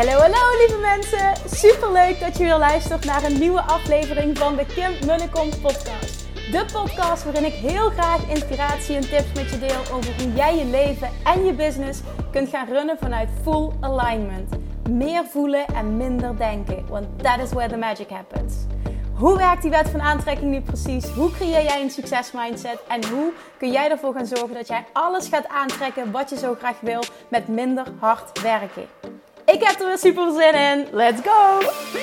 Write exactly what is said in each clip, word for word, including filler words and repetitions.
Hallo, hallo lieve mensen. Superleuk dat je weer luistert naar een nieuwe aflevering van de Kim Munnekom podcast. De podcast waarin ik heel graag inspiratie en tips met je deel over hoe jij je leven en je business kunt gaan runnen vanuit full alignment. Meer voelen en minder denken, want that is where the magic happens. Hoe werkt die wet van aantrekking nu precies? Hoe creëer jij een succesmindset? En hoe kun jij ervoor gaan zorgen dat jij alles gaat aantrekken wat je zo graag wil met minder hard werken? Ik heb er weer super zin in. Let's go!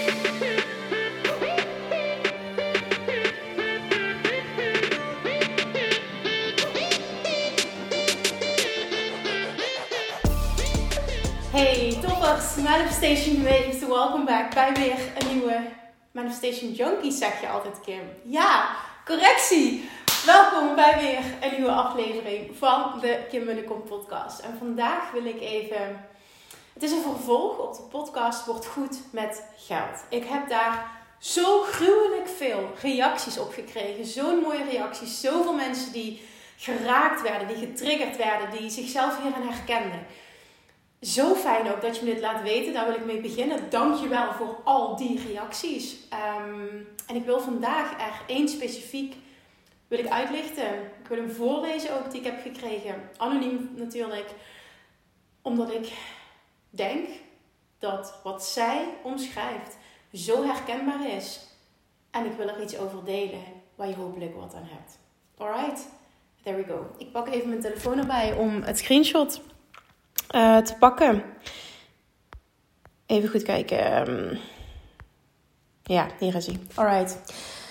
Hey toppers, Manifestation Waves, welkom back bij weer een nieuwe Manifestation Junkies, zeg je altijd, Kim. Ja, correctie! Welkom bij weer een nieuwe aflevering van de Kim Munnekom podcast. En vandaag wil ik even... Het is een vervolg op de podcast Wordt Goed met Geld. Ik heb daar zo gruwelijk veel reacties op gekregen. Zo'n mooie reacties. Zoveel mensen die geraakt werden, die getriggerd werden, die zichzelf hierin herkenden. Zo fijn ook dat je me dit laat weten. Daar wil ik mee beginnen. Dank je wel voor al die reacties. Um, en ik wil vandaag er één specifiek wil ik uitlichten. Ik wil hem voorlezen ook die ik heb gekregen. Anoniem natuurlijk. Omdat ik denk dat wat zij omschrijft zo herkenbaar is. En ik wil er iets over delen waar je hopelijk wat aan hebt. Alright, there we go. Ik pak even mijn telefoon erbij om het screenshot uh, te pakken. Even goed kijken. Um, ja, hier is hij. Alright.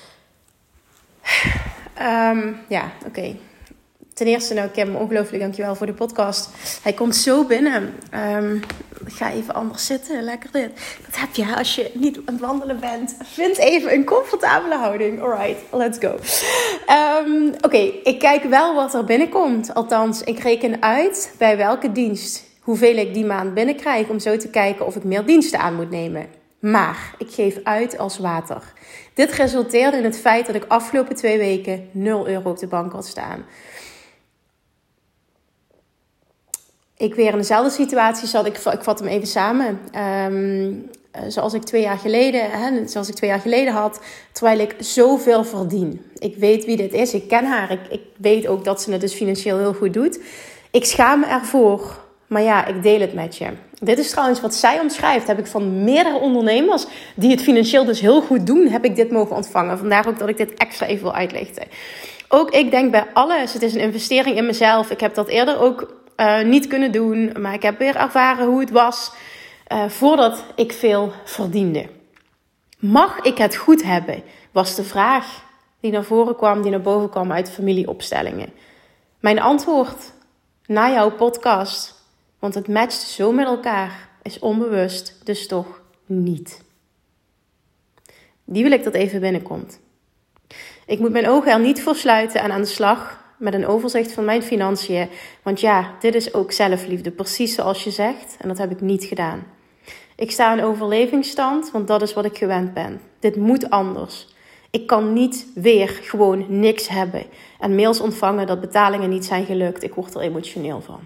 Um, ja, oké. Okay. Ten eerste, nou Kim, ongelooflijk dankjewel voor de podcast. Hij komt zo binnen. Um, ga even anders zitten, lekker dit. Dat heb je als je niet aan het wandelen bent. Vind even een comfortabele houding. Alright, let's go. Um, Oké, okay, ik kijk wel wat er binnenkomt. Althans, ik reken uit bij welke dienst hoeveel ik die maand binnenkrijg. Om zo te kijken of ik meer diensten aan moet nemen. Maar ik geef uit als water. Dit resulteerde in het feit dat ik afgelopen twee weken nul euro op de bank had staan. Ik weer in dezelfde situatie zat. Ik, ik vat hem even samen. Um, zoals ik twee jaar geleden, hè, zoals ik twee jaar geleden had, terwijl ik zoveel verdien. Ik weet wie dit is. Ik ken haar. Ik, ik weet ook dat ze het dus financieel heel goed doet. Ik schaam me ervoor. Maar ja, ik deel het met je. Dit is trouwens wat zij omschrijft. Heb ik van meerdere ondernemers die het financieel dus heel goed doen, heb ik dit mogen ontvangen. Vandaar ook dat ik dit extra even wil uitlichten. Ook ik denk bij alles. Het is een investering in mezelf. Ik heb dat eerder ook Uh, niet kunnen doen. Maar ik heb weer ervaren hoe het was uh, voordat ik veel verdiende. Mag ik het goed hebben? Was de vraag die naar voren kwam, die naar boven kwam uit familieopstellingen. Mijn antwoord na jouw podcast, want het matcht zo met elkaar, is onbewust, dus toch niet. Die wil ik dat even binnenkomt. Ik moet mijn ogen er niet voor sluiten en aan de slag met een overzicht van mijn financiën. Want ja, dit is ook zelfliefde, precies zoals je zegt. En dat heb ik niet gedaan. Ik sta in overlevingsstand, want dat is wat ik gewend ben. Dit moet anders. Ik kan niet weer gewoon niks hebben. En mails ontvangen dat betalingen niet zijn gelukt. Ik word er emotioneel van.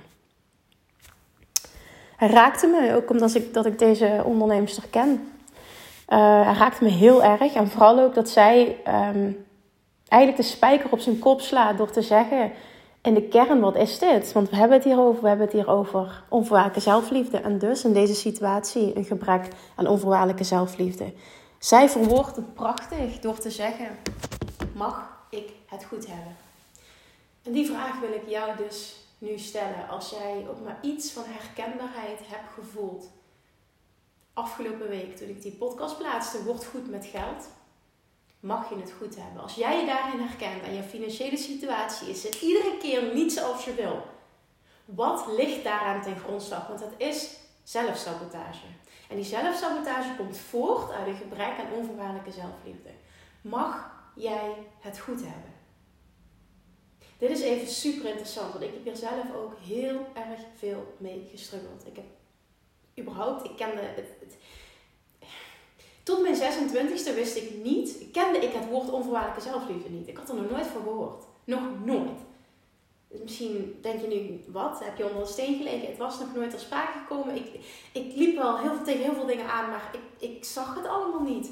Hij raakte me, ook omdat ik, dat ik deze onderneemster ken. Uh, hij raakte me heel erg. En vooral ook dat zij... Um, eigenlijk de spijker op zijn kop slaat door te zeggen, in de kern, wat is dit? Want we hebben het hierover, we hebben het hier over onvoorwaardelijke zelfliefde. En dus in deze situatie een gebrek aan onvoorwaardelijke zelfliefde. Zij verwoordt het prachtig door te zeggen, mag ik het goed hebben? En die vraag wil ik jou dus nu stellen. Als jij ook maar iets van herkenbaarheid hebt gevoeld. Afgelopen week, toen ik die podcast plaatste, Wordt Goed met Geld, mag je het goed hebben. Als jij je daarin herkent en je financiële situatie is het iedere keer niet zoals je wil. Wat ligt daaraan ten grondslag? Want het is zelfsabotage. En die zelfsabotage komt voort uit een gebrek aan onvoorwaardelijke zelfliefde. Mag jij het goed hebben? Dit is even super interessant, want ik heb hier zelf ook heel erg veel mee gestruggeld. Ik heb überhaupt, ik kende het... het Tot mijn zesentwintigste wist ik niet, kende ik het woord onvoorwaardelijke zelfliefde niet. Ik had er nog nooit van gehoord. Nog nooit. Misschien denk je nu, wat? Heb je onder een steen gelegen? Het was nog nooit ter sprake gekomen. Ik, ik liep wel heel veel, tegen heel veel dingen aan, maar ik, ik zag het allemaal niet.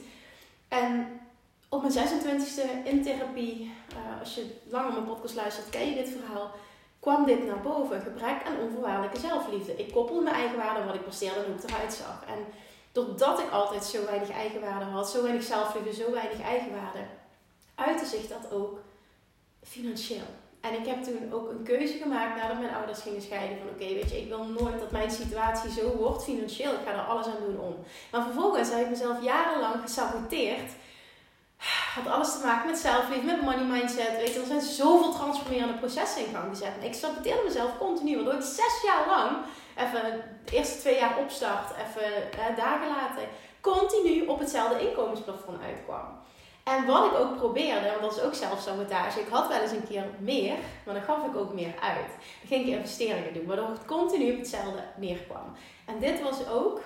En op mijn zesentwintigste in therapie, uh, als je lang op mijn podcast luistert, ken je dit verhaal, kwam dit naar boven. Gebrek aan onvoorwaardelijke zelfliefde. Ik koppelde mijn eigenwaarde aan wat ik presteerde en hoe ik eruit zag. En doordat ik altijd zo weinig eigenwaarde had, zo weinig zelfliefde, zo weinig eigenwaarde, uitte zich dat ook financieel. En ik heb toen ook een keuze gemaakt nadat mijn ouders gingen scheiden. Van oké, okay, weet je, ik wil nooit dat mijn situatie zo wordt financieel. Ik ga er alles aan doen om. Maar vervolgens heb ik mezelf jarenlang gesaboteerd. Had alles te maken met zelfliefde, met money mindset. Weet je, er zijn zoveel transformerende processen in gang gezet. En ik saboteerde mezelf continu. Waardoor ik zes jaar lang, even de eerste twee jaar opstart, even eh, dagen later, continu op hetzelfde inkomensplafond uitkwam. En wat ik ook probeerde, want dat is ook zelfsabotage. Ik had wel eens een keer meer, maar dan gaf ik ook meer uit. Dan ging ik investeringen doen, waardoor het continu op hetzelfde neerkwam. En dit was ook,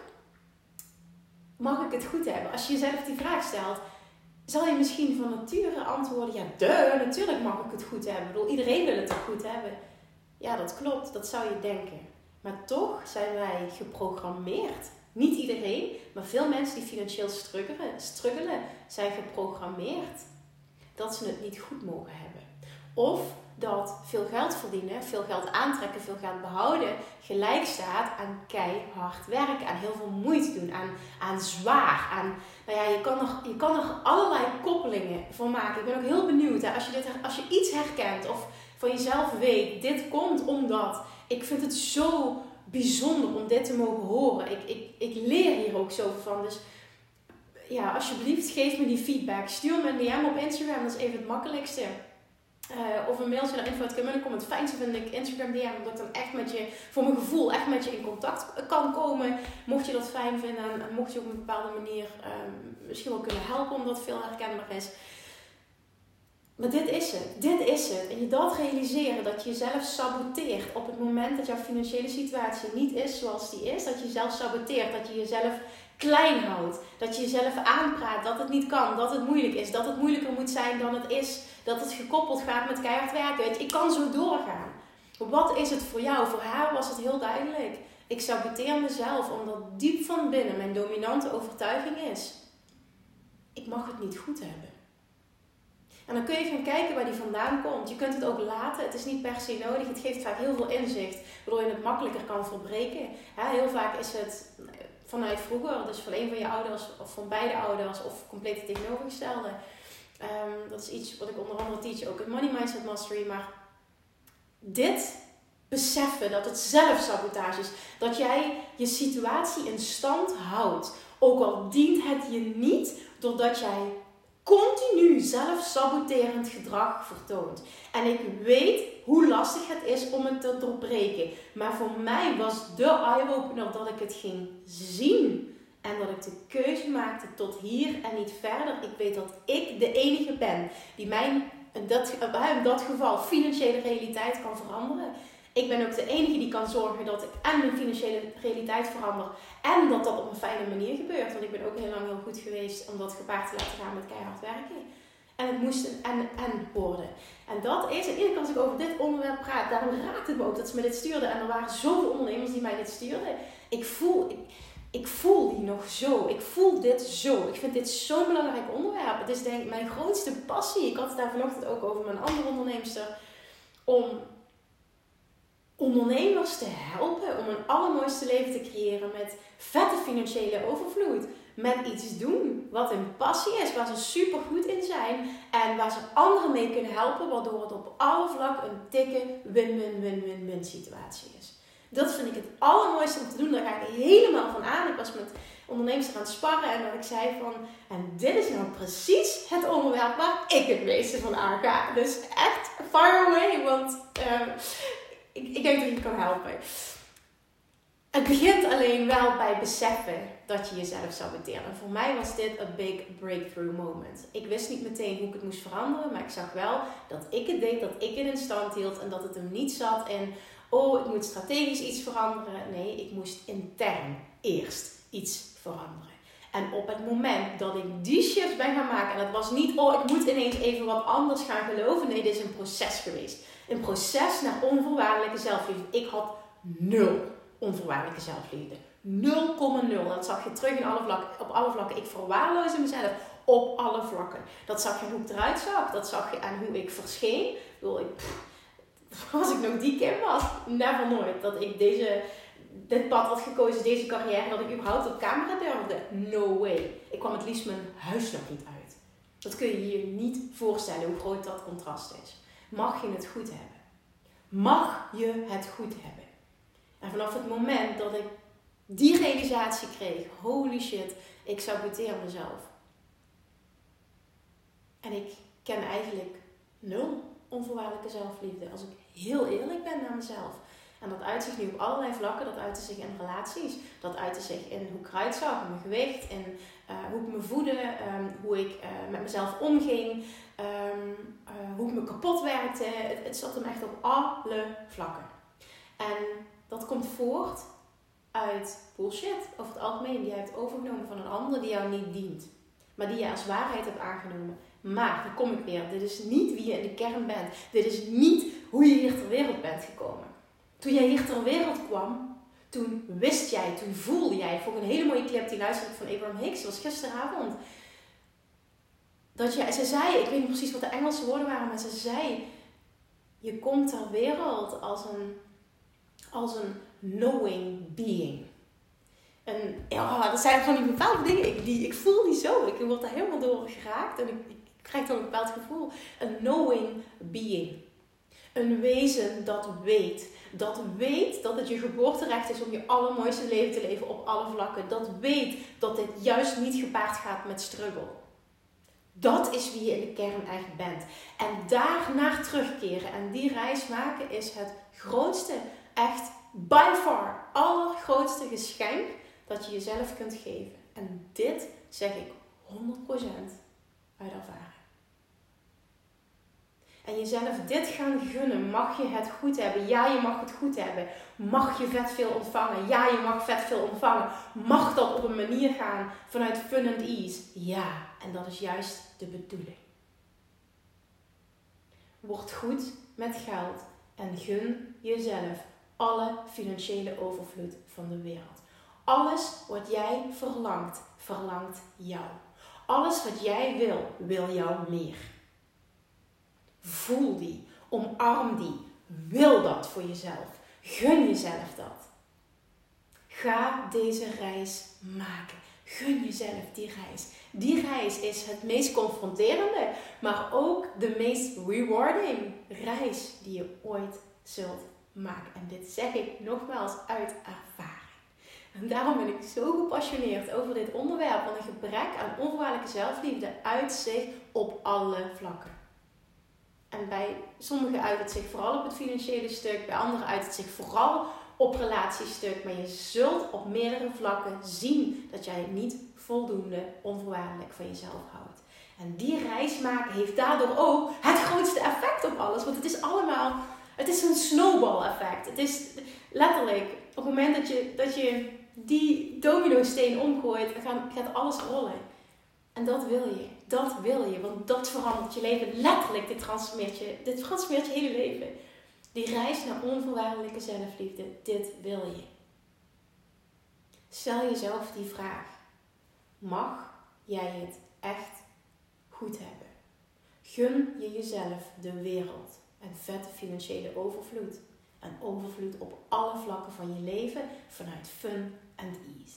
mag ik het goed hebben? Als je jezelf die vraag stelt, zal je misschien van nature antwoorden, ja, duh, natuurlijk mag ik het goed hebben. Ik bedoel, iedereen wil het toch goed hebben? Ja, dat klopt, dat zou je denken. Maar toch zijn wij geprogrammeerd. Niet iedereen, maar veel mensen die financieel struggelen, struggelen zijn geprogrammeerd dat ze het niet goed mogen hebben. Of dat veel geld verdienen, veel geld aantrekken, veel geld behouden gelijk staat aan keihard werken, aan heel veel moeite doen, aan, aan zwaar. Aan, nou ja, je kan, er, je kan er allerlei koppelingen voor maken. Ik ben ook heel benieuwd, hè, als je, dit, als je iets herkent of van jezelf weet, dit komt omdat, ik vind het zo bijzonder om dit te mogen horen. Ik, ik, ik leer hier ook zoveel van. Dus ja, alsjeblieft geef me die feedback. Stuur me een D M op Instagram, dat is even het makkelijkste. Uh, of een mailtje naar info punt com. En dan kom het fijnste vind ik Instagram D M. Omdat ik dan echt met je, voor mijn gevoel, echt met je in contact kan komen. Mocht je dat fijn vinden. En, en mocht je op een bepaalde manier um, misschien wel kunnen helpen. Omdat het veel herkenbaar is. Maar dit is het. Dit is het. En je dat realiseren. Dat je jezelf saboteert. Op het moment dat jouw financiële situatie niet is zoals die is. Dat je jezelf saboteert. Dat je jezelf klein houdt. Dat je jezelf aanpraat dat het niet kan. Dat het moeilijk is. Dat het moeilijker moet zijn dan het is. Dat het gekoppeld gaat met keihard werken. Weet je, ik kan zo doorgaan. Wat is het voor jou? Voor haar was het heel duidelijk. Ik saboteer mezelf omdat diep van binnen mijn dominante overtuiging is. Ik mag het niet goed hebben. En dan kun je gaan kijken waar die vandaan komt. Je kunt het ook laten. Het is niet per se nodig. Het geeft vaak heel veel inzicht. Waardoor je het makkelijker kan verbreken. Heel vaak is het vanuit vroeger. Dus van een van je ouders of van beide ouders. Of compleet het tegenovergestelde. Um, dat is iets wat ik onder andere teach. Ook in Money Mindset Mastery. Maar dit beseffen dat het zelfsabotage is. Dat jij je situatie in stand houdt. Ook al dient het je niet. Doordat jij continu zelfsaboterend gedrag vertoont. En ik weet hoe lastig het is om het te doorbreken. Maar voor mij was de eye-opener dat ik het ging zien. En dat ik de keuze maakte tot hier en niet verder. Ik weet dat ik de enige ben die mijn, in dat, in dat geval, financiële realiteit kan veranderen. Ik ben ook de enige die kan zorgen dat ik en mijn financiële realiteit verander. En dat dat op een fijne manier gebeurt. Want ik ben ook heel lang heel goed geweest om dat gepaard te laten gaan met keihard werken. En het moest een en-en worden. En dat is, en iedere keer als ik over dit onderwerp praat, daarom raakt het me ook dat ze me dit stuurden. En er waren zoveel ondernemers die mij dit stuurden. Ik voel, ik, ik voel die nog zo. Ik voel dit zo. Ik vind dit zo'n belangrijk onderwerp. Het is denk ik mijn grootste passie. Ik had het daar vanochtend ook over met een andere onderneemster. Om ondernemers te helpen om een allermooiste leven te creëren met vette financiële overvloed. Met iets doen wat hun passie is, waar ze super goed in zijn en waar ze anderen mee kunnen helpen, waardoor het op alle vlakken een dikke win-win-win-win-win situatie is. Dat vind ik het allermooiste om te doen. Daar ga ik helemaal van aan. Ik was met ondernemers aan het sparren en dat ik zei van, en dit is nou precies het onderwerp waar ik het meeste van aanga. Dus echt fire away, want uh, ik, ik denk dat ik je kan helpen. Het begint alleen wel bij beseffen dat je jezelf saboteert. En voor mij was dit een big breakthrough moment. Ik wist niet meteen hoe ik het moest veranderen. Maar ik zag wel dat ik het deed, dat ik het in stand hield. En dat het hem niet zat in, oh, ik moet strategisch iets veranderen. Nee, ik moest intern eerst iets veranderen. En op het moment dat ik die shift ben gaan maken, en dat was niet, oh, ik moet ineens even wat anders gaan geloven. Nee, dit is een proces geweest. Een proces naar onvoorwaardelijke zelfliefde. Ik had nul onvoorwaardelijke zelfliefde. nul komma nul. Dat zag je terug in alle vlakken, op alle vlakken. Ik verwaarloosde mezelf op alle vlakken. Dat zag je hoe ik eruit zag. Dat zag je aan hoe ik verscheen. Ik bedoel, ik, pff, als ik nog die Kim was, never nooit dat ik deze... dit pad had gekozen, deze carrière, dat ik überhaupt op camera durfde. No way. Ik kwam het liefst mijn huis nog niet uit. Dat kun je je niet voorstellen, hoe groot dat contrast is. Mag je het goed hebben? Mag je het goed hebben? En vanaf het moment dat ik die realisatie kreeg, holy shit, ik saboteer mezelf. En ik ken eigenlijk nul onvoorwaardelijke zelfliefde. Als ik heel eerlijk ben naar mezelf. En dat uit zich nu op allerlei vlakken. Dat uitte zich in relaties. Dat uitte zich in hoe ik eruit zag, in mijn gewicht. In uh, hoe ik me voedde. Um, hoe ik uh, met mezelf omging. Um, uh, hoe ik me kapot werkte. Het, het zat hem echt op alle vlakken. En dat komt voort uit bullshit. Over het algemeen. Die je hebt overgenomen van een ander die jou niet dient. Maar die je als waarheid hebt aangenomen. Maar, dan kom ik weer. Dit is niet wie je in de kern bent. Dit is niet hoe je hier ter wereld bent gekomen. Toen jij hier ter wereld kwam, toen wist jij, toen voelde jij, voor een hele mooie clip die luisterde ik van Abraham Hicks, dat was gisteravond, dat je, ze zei, ik weet niet precies wat de Engelse woorden waren, maar ze zei, je komt ter wereld als een, als een knowing being. En ja, dat zijn van die bepaalde dingen, ik, die, ik voel die zo, ik word daar helemaal door geraakt en ik, ik krijg dan een bepaald gevoel. Een knowing being. Een wezen dat weet. Dat weet dat het je geboorterecht is om je allermooiste leven te leven op alle vlakken. Dat weet dat dit juist niet gepaard gaat met struggle. Dat is wie je in de kern echt bent. En daarnaar terugkeren en die reis maken is het grootste, echt by far, allergrootste geschenk dat je jezelf kunt geven. En dit zeg ik honderd procent uit ervaring. En jezelf dit gaan gunnen. Mag je het goed hebben? Ja, je mag het goed hebben. Mag je vet veel ontvangen? Ja, je mag vet veel ontvangen. Mag dat op een manier gaan vanuit fun and ease? Ja, en dat is juist de bedoeling. Word goed met geld en gun jezelf alle financiële overvloed van de wereld. Alles wat jij verlangt, verlangt jou. Alles wat jij wil, wil jou meer. Voel die, omarm die, wil dat voor jezelf. Gun jezelf dat. Ga deze reis maken. Gun jezelf die reis. Die reis is het meest confronterende, maar ook de meest rewarding reis die je ooit zult maken. En dit zeg ik nogmaals uit ervaring. En daarom ben ik zo gepassioneerd over dit onderwerp, want een gebrek aan onvoorwaardelijke zelfliefde uit zich op alle vlakken. En bij sommigen uit het zich vooral op het financiële stuk. Bij anderen uit het zich vooral op relatiestuk. Maar je zult op meerdere vlakken zien dat jij niet voldoende onvoorwaardelijk van jezelf houdt. En die reis maken heeft daardoor ook het grootste effect op alles. Want het is allemaal, het is een snowball effect. Het is letterlijk, op het moment dat je, dat je die domino-steen omgooit, gaat, gaat alles rollen. En dat wil je. Dat wil je. Want dat verandert je leven. Letterlijk, dit transformeert je, dit transformeert je hele leven. Die reis naar onvoorwaardelijke zelfliefde. Dit wil je. Stel jezelf die vraag. Mag jij het echt goed hebben? Gun je jezelf de wereld. En vette financiële overvloed. En overvloed op alle vlakken van je leven. Vanuit fun and ease.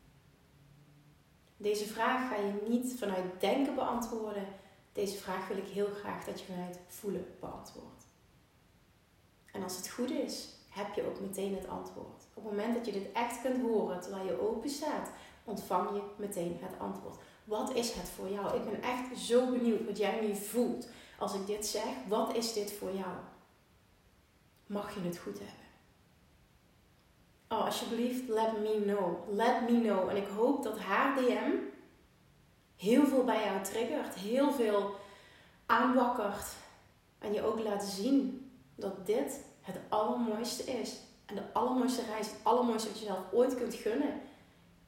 Deze vraag ga je niet vanuit denken beantwoorden. Deze vraag wil ik heel graag dat je vanuit voelen beantwoordt. En als het goed is, heb je ook meteen het antwoord. Op het moment dat je dit echt kunt horen, terwijl je open staat, ontvang je meteen het antwoord. Wat is het voor jou? Ik ben echt zo benieuwd wat jij nu voelt als ik dit zeg. Wat is dit voor jou? Mag je het goed hebben? Oh, alsjeblieft, let me know. Let me know. En ik hoop dat haar D M heel veel bij jou triggert. Heel veel aanwakkert. En je ook laat zien dat dit het allermooiste is. En de allermooiste reis, het allermooiste wat je zelf ooit kunt gunnen.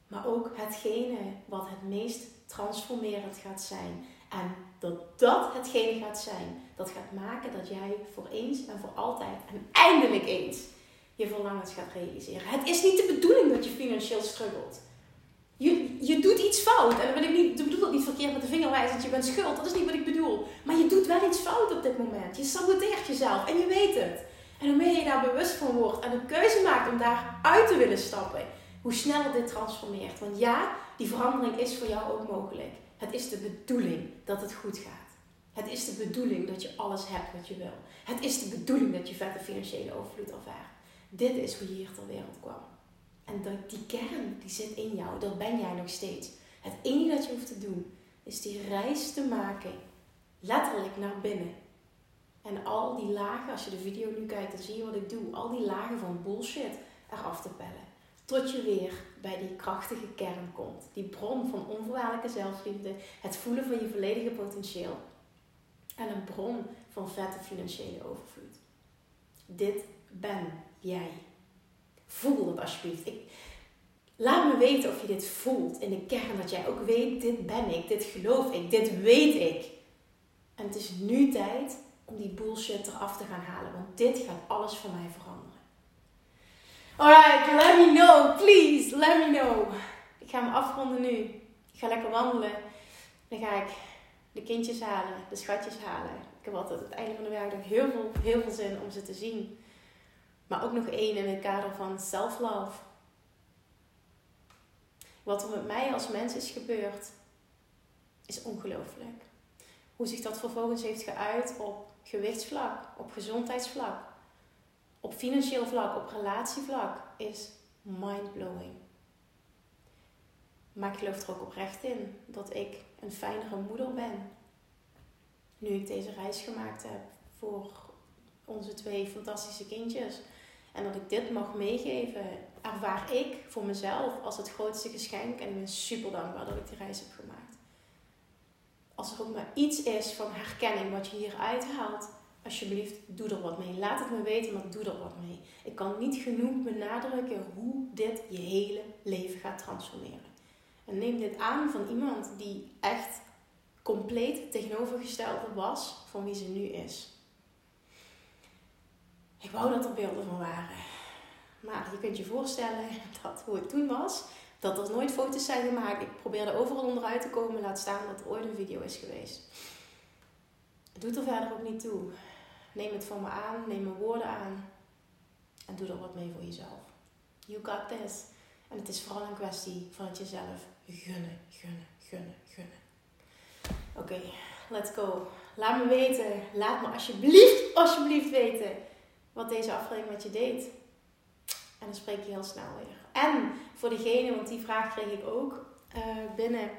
Maar ook hetgene wat het meest transformerend gaat zijn. En dat dat hetgene gaat zijn dat gaat maken dat jij voor eens en voor altijd en eindelijk eens je verlangens gaat realiseren. Het is niet de bedoeling dat je financieel struggelt. Je, je doet iets fout. En dan wil ik niet, ik bedoel dat niet verkeerd met de vinger wijzen, dat je bent schuld. Dat is niet wat ik bedoel. Maar je doet wel iets fout op dit moment. Je saboteert jezelf en je weet het. En hoe meer je daar bewust van wordt en een keuze maakt om daar uit te willen stappen, hoe sneller dit transformeert. Want ja, die verandering is voor jou ook mogelijk. Het is de bedoeling dat het goed gaat. Het is de bedoeling dat je alles hebt wat je wil. Het is de bedoeling dat je vette financiële overvloed ervaart. Dit is hoe je hier ter wereld kwam. En dat, die kern, die zit in jou. Dat ben jij nog steeds. Het enige dat je hoeft te doen, is die reis te maken. Letterlijk naar binnen. En al die lagen, als je de video nu kijkt, dan zie je wat ik doe. Al die lagen van bullshit eraf te pellen. Tot je weer bij die krachtige kern komt. Die bron van onvoorwaardelijke zelfliefde. Het voelen van je volledige potentieel. En een bron van vette financiële overvloed. Dit ben jij. Voel dat alsjeblieft. Ik, laat me weten of je dit voelt in de kern. Dat jij ook weet, dit ben ik, dit geloof ik, dit weet ik. En het is nu tijd om die bullshit eraf te gaan halen. Want dit gaat alles voor mij veranderen. Alright, let me know. Please, let me know. Ik ga me afronden nu. Ik ga lekker wandelen. Dan ga ik de kindjes halen, de schatjes halen. Ik heb altijd aan het einde van de werkdag heel veel, heel veel zin om ze te zien. Maar ook nog één in het kader van self-love. Wat er met mij als mens is gebeurd, is ongelooflijk. Hoe zich dat vervolgens heeft geuit op gewichtsvlak, op gezondheidsvlak, op financieel vlak, op relatievlak, is mindblowing. Maar ik geloof er ook oprecht in dat ik een fijnere moeder ben. Nu ik deze reis gemaakt heb voor onze twee fantastische kindjes. En dat ik dit mag meegeven, ervaar ik voor mezelf als het grootste geschenk. En ik ben super dankbaar dat ik die reis heb gemaakt. Als er ook maar iets is van herkenning wat je hier uithaalt, alsjeblieft, doe er wat mee. Laat het me weten, maar doe er wat mee. Ik kan niet genoeg benadrukken hoe dit je hele leven gaat transformeren. En neem dit aan van iemand die echt compleet tegenovergestelde was van wie ze nu is. Ik wou dat er beelden van waren. Maar je kunt je voorstellen dat hoe het toen was, dat er nooit foto's zijn gemaakt. Ik probeerde overal onderuit te komen, laat staan dat er ooit een video is geweest. Het doet er verder ook niet toe. Neem het van me aan, neem mijn woorden aan en doe er wat mee voor jezelf. You got this. En het is vooral een kwestie van het jezelf gunnen, gunnen, gunnen, gunnen. Oké, okay, let's go. Laat me weten, laat me alsjeblieft, alsjeblieft weten wat deze aflevering met je deed. En dan spreek je heel snel weer. En voor degene, want die vraag kreeg ik ook uh, binnen.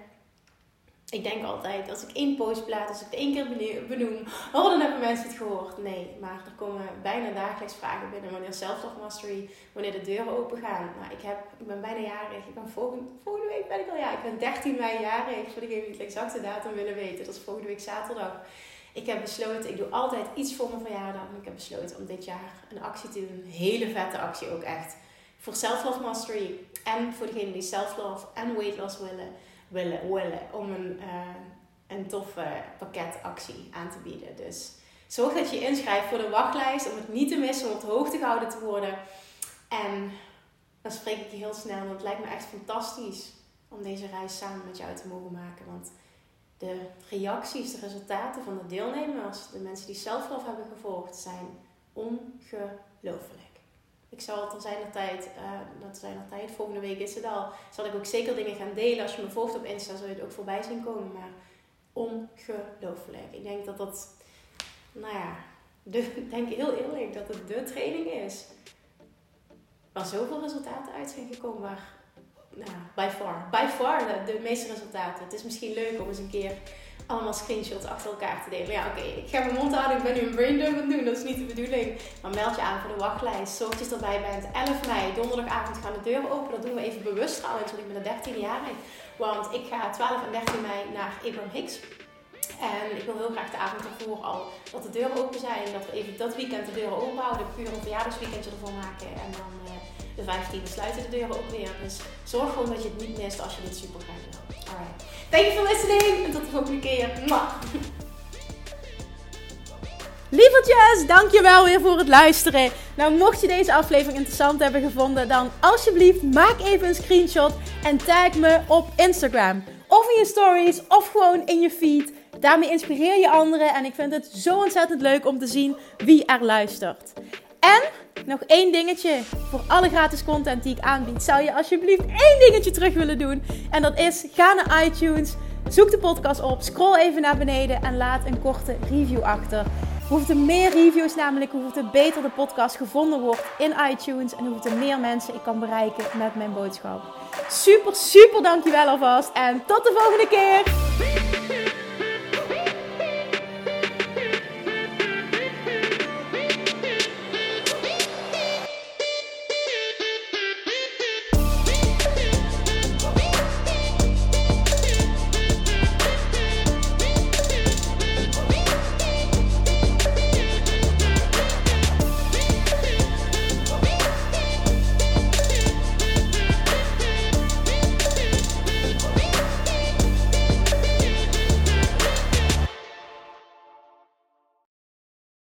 Ik denk altijd, als ik één post plaats, als ik het één keer benoem, oh, dan hebben mensen het gehoord. Nee, maar er komen bijna dagelijks vragen binnen wanneer Self-Love Mastery, wanneer de deuren open gaan. Nou, ik, heb, ik ben bijna jarig. Ik ben volgende, volgende week ben ik al jarig. Ik ben dertien mei jarig, voor degene die de exacte datum willen weten. Dat is volgende week zaterdag. Ik heb besloten, ik doe altijd iets voor mijn verjaardag. En ik heb besloten om dit jaar een actie te doen. Een hele vette actie ook echt. Voor Self-Love Mastery. En voor degenen die self-love en weight loss willen. willen, willen om een, uh, een toffe pakketactie aan te bieden. Dus zorg dat je je inschrijft voor de wachtlijst. Om het niet te missen, om op de hoogte gehouden te worden. En dan spreek ik je heel snel. Want het lijkt me echt fantastisch om deze reis samen met jou te mogen maken. Want de reacties, de resultaten van de deelnemers, de mensen die self-love hebben gevolgd, zijn ongelooflijk. Ik zal ter zijner tijd, uh, ter zijner tijd, volgende week is het al, zal ik ook zeker dingen gaan delen. Als je me volgt op Insta, zul je het ook voorbij zien komen. Maar ongelooflijk. Ik denk dat dat, nou ja, de, ik denk heel eerlijk dat het de training is waar zoveel resultaten uit zijn gekomen. Waar, nou, by far, by far de, de meeste resultaten. Het is misschien leuk om eens een keer allemaal screenshots achter elkaar te delen. Ja, oké, okay, ik ga mijn mond houden. Ik ben nu een braindump aan het doen. Dat is niet de bedoeling. Maar meld je aan voor de wachtlijst. Zorg dat je erbij bent. elf mei, donderdagavond gaan de deuren open. Dat doen we even bewust trouwens, want ik ben de dertien jarig. Want ik ga twaalf en dertien mei naar Abraham Hicks. En ik wil heel graag de avond ervoor al dat de deuren open zijn. Dat we even dat weekend de deuren open houden. Puur een verjaardagsweekendje ervan maken. En dan uh, de vijftiende sluiten de deuren ook weer. Dus zorg gewoon dat je het niet mist als je dit super graag wil. Alright. Thank you for listening. En tot de volgende keer. Mwah. Lievertjes, dankjewel weer voor het luisteren. Nou, mocht je deze aflevering interessant hebben gevonden, dan alsjeblieft maak even een screenshot en tag me op Instagram. Of in je stories, of gewoon in je feed. Daarmee inspireer je anderen en ik vind het zo ontzettend leuk om te zien wie er luistert. En nog één dingetje. Voor alle gratis content die ik aanbied, zou je alsjeblieft één dingetje terug willen doen. En dat is, ga naar iTunes, zoek de podcast op, scroll even naar beneden en laat een korte review achter. Hoe er meer reviews namelijk, hoe er beter de podcast gevonden wordt in iTunes. En hoe er meer mensen ik kan bereiken met mijn boodschap. Super, super dankjewel alvast. En tot de volgende keer.